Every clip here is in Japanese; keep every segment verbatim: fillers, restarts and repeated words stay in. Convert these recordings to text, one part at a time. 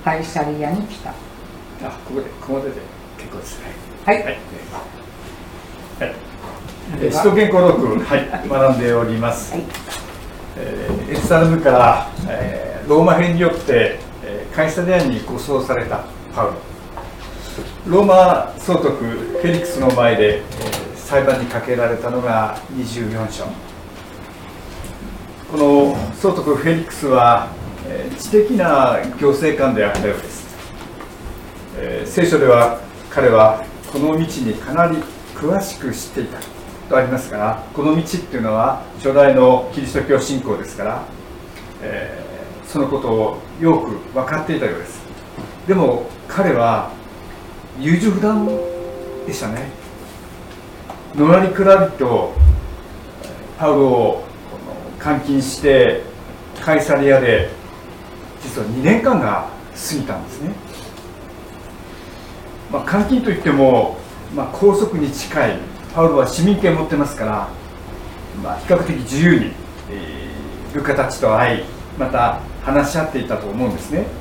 カイサリアに来た。 あ、ここで、ここでで結構ですね。 はい。 はい。はい。えー使徒言行録、はい、学んでおります。 はい。 えーエルサレムから、えーローマ編によって、えーカイサリアに護送されたパウロ。ローマ総督フェリクスの前で、えー裁判にかけられたのがにじゅうよん章。この総督フェリクスは、えー知的な行政官であったようです。えー聖書では彼はこの道にかなり詳しく知っていたとありますが、この道っていうのは初代のキリスト教信仰ですから、えーそのことをよく分かっていたようです。でも彼は優柔不断でしたね。のらりくらりとパウロを監禁してカイサリアで実はにねんかんが過ぎたんですね。まあ、監禁といっても、まあ、拘束に近い。パウロは市民権を持ってますから、まあ、比較的自由に、えー、ルカたちと会い、また話し合っていたと思うんですね。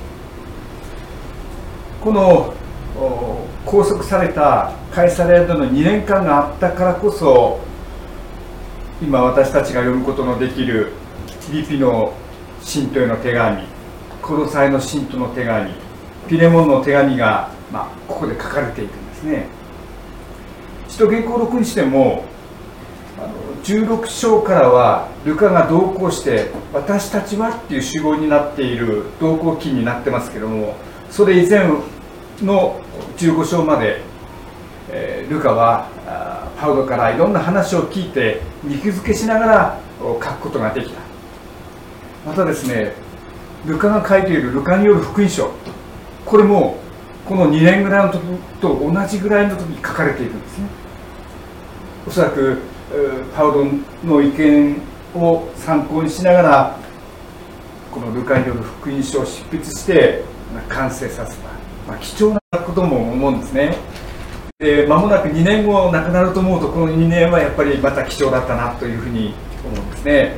この拘束されたカイサリアでのにねんかんがあったからこそ、今私たちが読むことのできるフィリピの信徒への手紙、コロサイの信徒の手紙、ピレモンの手紙が、まあ、ここで書かれているんですね。使徒言行録にしてもあのじゅうろく章からはルカが同行して私たちはっていう主語になっている同行記になってますけども、それ以前のじゅうご章まで、えー、ルカはパウロからいろんな話を聞いて肉付けしながら書くことができた。またですね、ルカが書いているルカによる福音書、これもこのにねんぐらいの時と同じぐらいの時に書かれているんですね。おそらくパウロの意見を参考にしながらこのルカによる福音書を執筆して完成させた、まあ、貴重なことも思うんですね。で間もなくにねんご亡くなると思うと、このにねんはやっぱりまた貴重だったなというふうに思うんですね。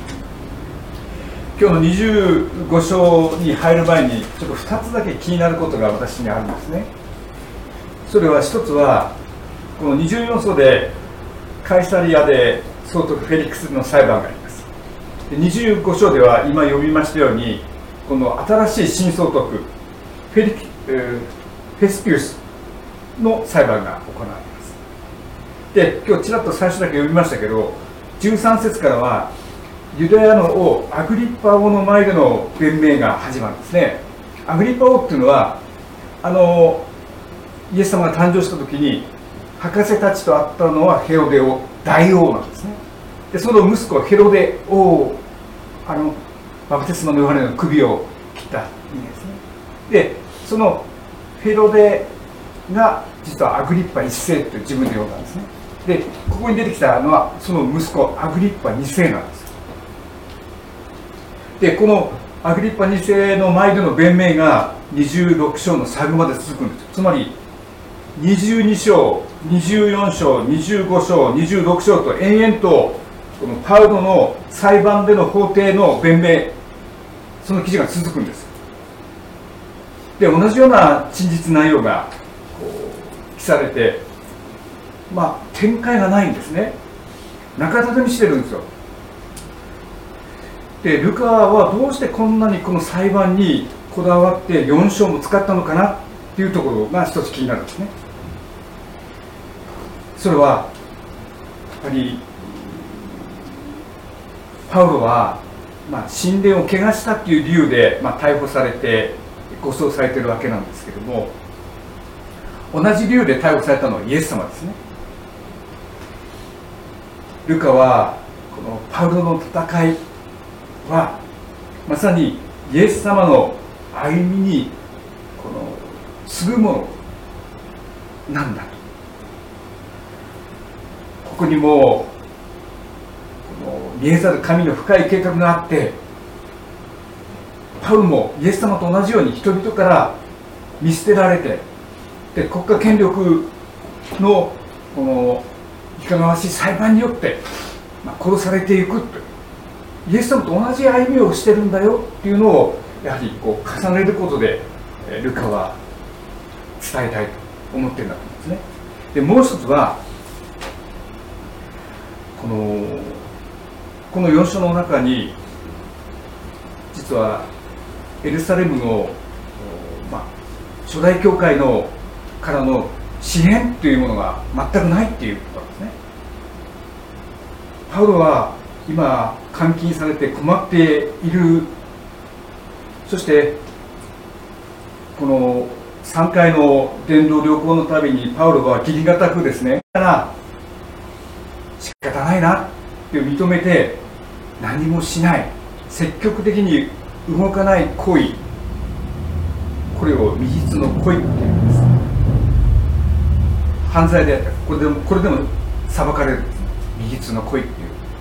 今日のにじゅうご章に入る前にちょっとふたつだけ気になることが私にあるんですね。それはひとつはこのにじゅうよん章でカイサリアで総督フェリクスの裁判があります。でにじゅうご章では今読みましたように、この新しい新総督フェリキ、えー、フェスピウスの裁判が行われます。で今日ちらっと最初だけ読みましたけど、じゅうさん節からはユダヤの王アグリッパ王の前での弁明が始まるんですね。アグリッパ王っていうのはあのイエス様が誕生した時に博士たちと会ったのはヘロデ王大王なんですね。でその息子ヘロデ王、あのバプテスマのヨハネの首を切った人間ですね。でそのヘロデが実はアグリッパ一世と自分で呼んだんですね。でここに出てきたのはその息子アグリッパ二世なんです。でこのアグリッパ二世の前での弁明がにじゅうろく章の最後まで続くんです。つまりにじゅうに章、にじゅうよん章、にじゅうご章、にじゅうろく章と延々とこのパウロの裁判での法廷の弁明、その記事が続くんです。で同じような陳述内容がこう記されて、まあ展開がないんですね。中立てにしてるんですよ。でルカはどうしてこんなにこの裁判にこだわってよん章も使ったのかなっていうところが一つ気になるんですね。それはやっぱりパウロは、まあ、神殿を汚したっていう理由で、まあ、逮捕されて護送されているわけなんですけども、同じ理由で逮捕されたのはイエス様ですね。ルカはこのパウロの戦いはまさにイエス様の歩みにこの次ぐものなんだと。ここにもこの見えざる神の深い計画があって、パウロもイエス様と同じように人々から見捨てられて、で国家権力のこのいかがわしい裁判によって、まあ、殺されていくと、イエス様と同じ歩みをしてるんだよっていうのをやはりこう重ねることでルカは伝えたいと思っているんだと思うんですね。でもう一つはこのこのよん章の中に実はエルサレムの、まあ、初代教会のからの支援というものが全くないっていうことなんですね。パウロは今監禁されて困っている。そしてこのさんかいの伝道旅行のたびにパウロは義理堅くですね、だから仕方ないなって認めて何もしない、積極的に動かない行為、これを未実の行為っていうんです。犯罪であった。これでもこれでも裁かれるんです。未実の行為っていう。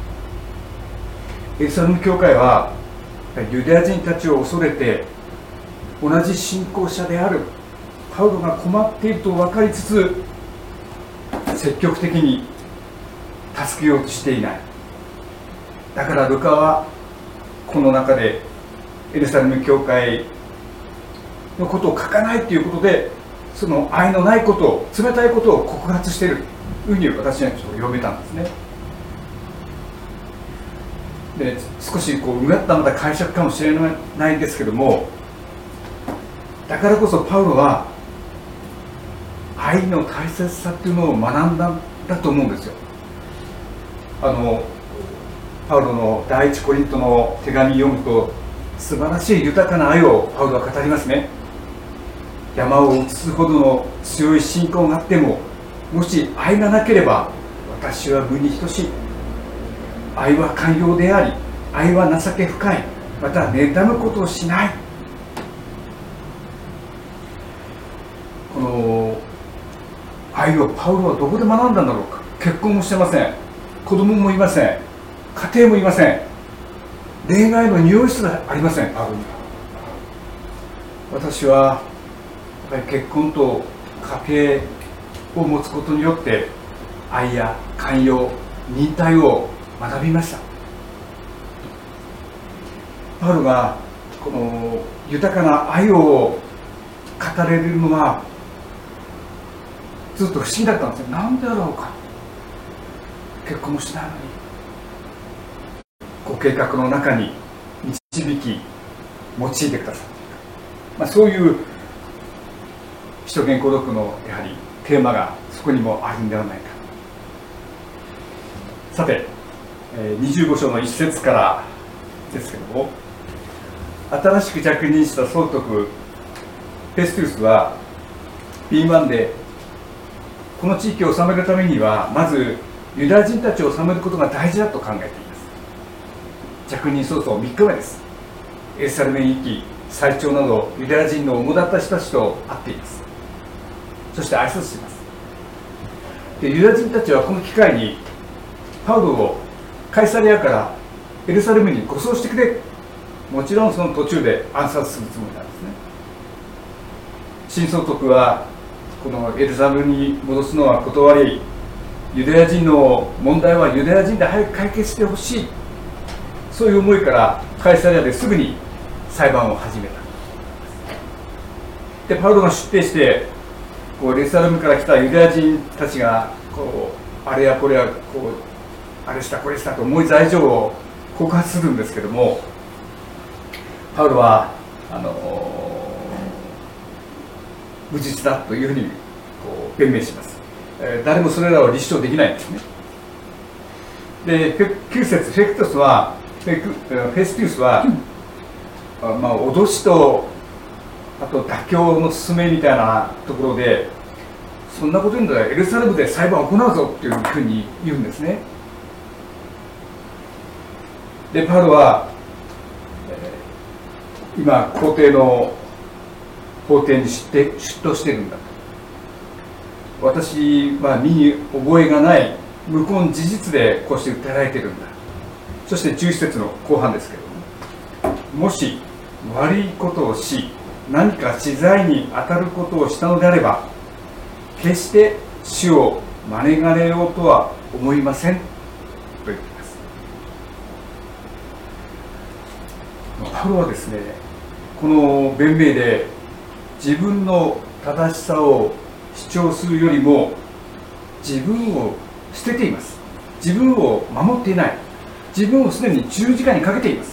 エルサレム教会はユダヤ人たちを恐れて同じ信仰者であるパウロが困っていると分かりつつ積極的に助けようとしていない。だからルカはこの中でエルサレム教会のことを書かないということで、その愛のないことを、冷たいことを告発しているというふうに私はちょっと読めたんですね。で少しこううがったまた解釈かもしれないんですけども、だからこそパウロは愛の大切さっていうのを学んだんだと思うんですよ。あのパウロの第一コリントの手紙を読むと素晴らしい豊かな愛をパウロは語りますね。山を移すほどの強い信仰があっても、もし愛がなければ私は無に等しい。愛は寛容であり、愛は情け深い、また妬むことをしない。この愛をパウロはどこで学んだんだろうか。結婚もしてません、子供もいません、家庭もいません、恋愛の匂いすらありません、パウロには。私はやっぱり結婚と家庭を持つことによって愛や寛容、忍耐を学びました。パウロがこの豊かな愛を語れるのはずっと不思議だったんですよ。なんでだろうか。結婚もしないのにご計画の中に導き用いてくださっている、まあ、そういう使徒言行録のやはりテーマがそこにもあるんではないか。さてにじゅうご章の一節からですけども、新しく着任した総督フェスティウスは ビーワン でこの地域を治めるためにはまずユダヤ人たちを治めることが大事だと考えています。着任早々みっかめです。エルサレムに行き、最長などユダヤ人の主だった人たちと会っています。そして挨拶します。でユダヤ人たちはこの機会にパウロをカイサリアからエルサレムに護送してくれ、もちろんその途中で暗殺するつもりなんですね。新総督はこのエルサレムに戻すのは断り、ユダヤ人の問題はユダヤ人で早く解決してほしい、そういう思いからカイサリアですぐに裁判を始めた。でパウロが出廷してこうエルサレムから来たユダヤ人たちがこうあれやこれやこうあれしたこれしたと重い罪状を告発するんですけども、パウロはあの無実だというふうにこう弁明します。えー、誰もそれらを立証できないんですね。できゅう節、フェクトスはフェクフェスティウスは、うん、まあ、脅しとあと妥協の進めみたいなところで、そんなこと言うんだらエルサレムで裁判を行うぞっていうふうに言うんですね。でパウロは、えー、今皇帝の法廷に出頭しているんだと。私は身に覚えがない無根事実でこうして訴えられているんだ。そしてじゅういち節の後半ですけれども、もし悪いことをし何か知罪に当たることをしたのであれば決して主を免れようとは思いませんと言っています。パウロはですね、 この弁明で自分の正しさを主張するよりも自分を捨てています。自分を守っていない。自分をすでに十字架にかけています。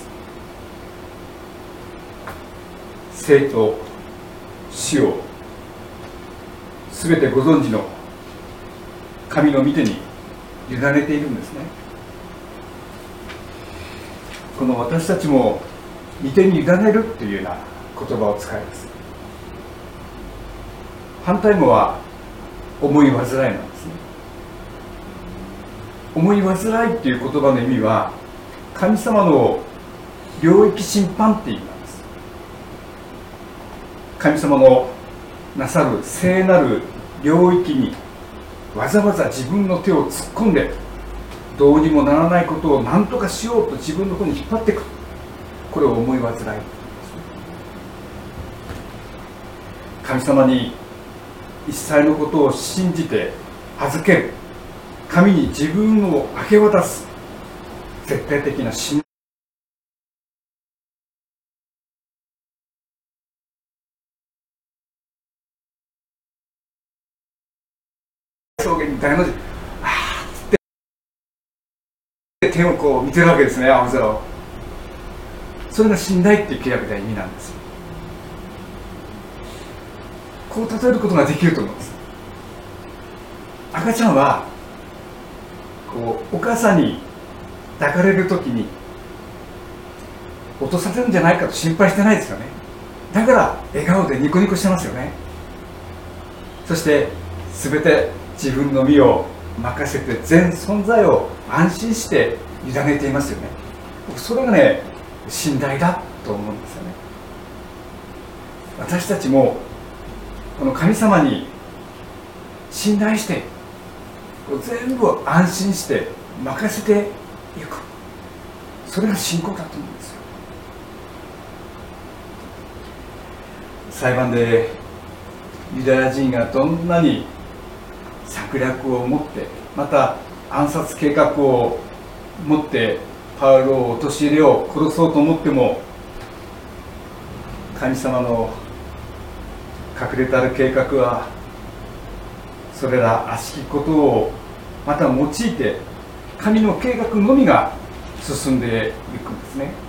生と死をすべてご存知の神の御手に委ねているんですね。この私たちも御手に委ねるというような言葉を使います。反対語は思い煩いなんですね。思い煩いっていう言葉の意味は神様の領域審判っていう意味なんです。神様のなさる聖なる領域にわざわざ自分の手を突っ込んでどうにもならないことを何とかしようと自分の方に引っ張っていく、これを思い煩い。神様に一切のことを信じて預ける、神に自分を明け渡す絶対的な信頼草原に大の字、あーって天をこう見てるわけですね、青空を。それが信頼っていう契約では意味なんですよ。こう例えることができると思います。赤ちゃんはこうお母さんに抱かれるときに落とされるんじゃないかと心配してないですよね。だから笑顔でニコニコしてますよね。そして全て自分の身を任せて全存在を安心して委ねていますよね。それがね、信頼だと思うんですよね。私たちもこの神様に信頼して全部安心して任せていく、それが信仰だと思うんですよ。裁判でユダヤ人がどんなに策略を持って、また暗殺計画を持ってパウロを陥れよう、殺そうと思っても、神様の隠れたる計画はそれら悪しきことをまた用いて神の計画のみが進んでいくんですね。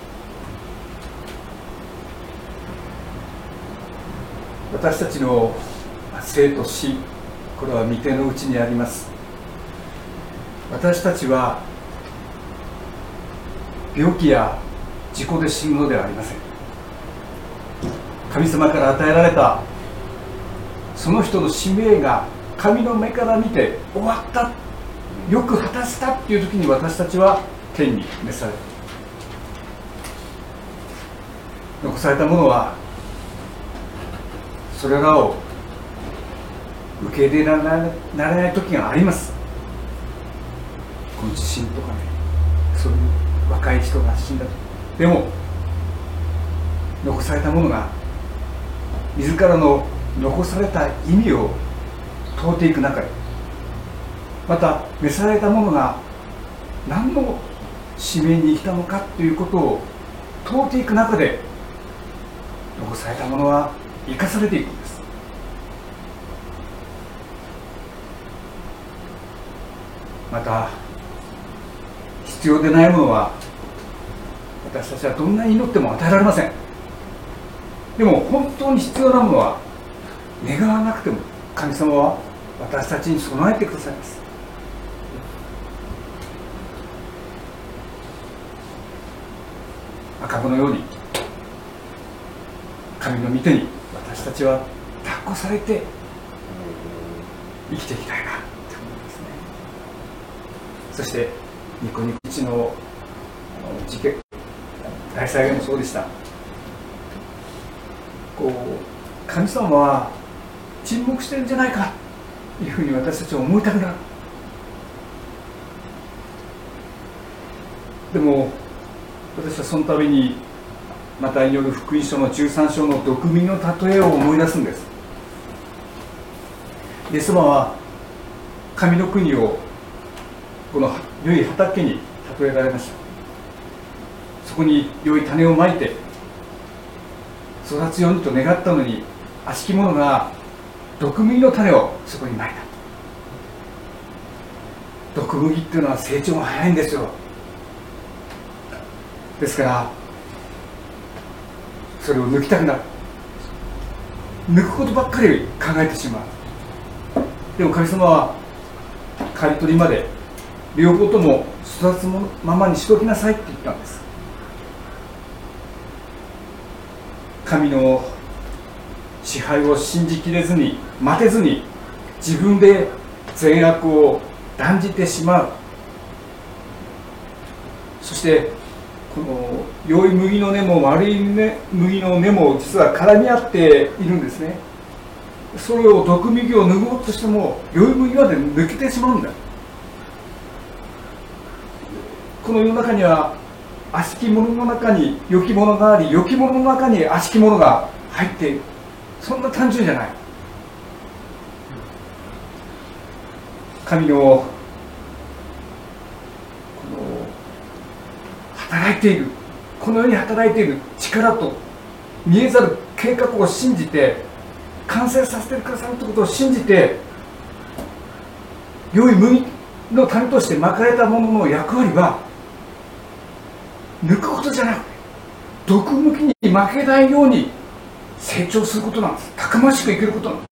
私たちの生と死、これは御手のうちにあります。私たちは病気や事故で死ぬのではありません。神様から与えられたその人の使命が神の目から見て終わった、よく果たしたっていう時に私たちは天に召される。残されたものはそれらを受け入れられない時があります。この地震とかね、そういう若い人が死んだと。でも残されたものが自らの残された意味を問うていく中で、また召されたものが何の使命に生きたのかということを問うていく中で、残されたものは生かされていくんです。また必要でないものは私たちはどんなに祈っても与えられません。でも本当に必要なものは願わなくても神様は私たちに備えてくださいます。赤子のように神の御手に私たちは抱っこされて生きていきたいなと思いますね。そしてニコニコ地の事件、大災害もそうでした。こう神様は沈黙してるんじゃないかというふうに私たちは思いたくなる。でも私はその度にマタイによる福音書のじゅうさん章の毒味の例えを思い出すんです。イエス様は神の国をこの良い畑に例えられました。そこに良い種をまいて、 育つようにと願ったのに、悪しき者が毒麦の種をそこにまいた。毒麦っていうのは成長が早いんですよ。ですからそれを抜きたくなる、抜くことばっかり考えてしまう。でも神様は刈り取りまで両方とも育つままにしておきなさいって言ったんです。神の支配を信じきれずに、待てずに自分で善悪を断じてしまう。そしてこの良い麦の根も悪い麦の根も実は絡み合っているんですね。それを毒麦を抜こうとしても良い麦まで抜けてしまうんだ。この世の中には悪しき者の中に良き者があり、良き者の中に悪しき者が入っている。そんな単純じゃない。神のこの働いている、この世に働いている力と見えざる計画を信じて、完成させてくださるということを信じて、良い麦の種としてまかれたものの役割は抜くことじゃなくて、毒麦に負けないように成長することなんです。たくましく生きることなんです。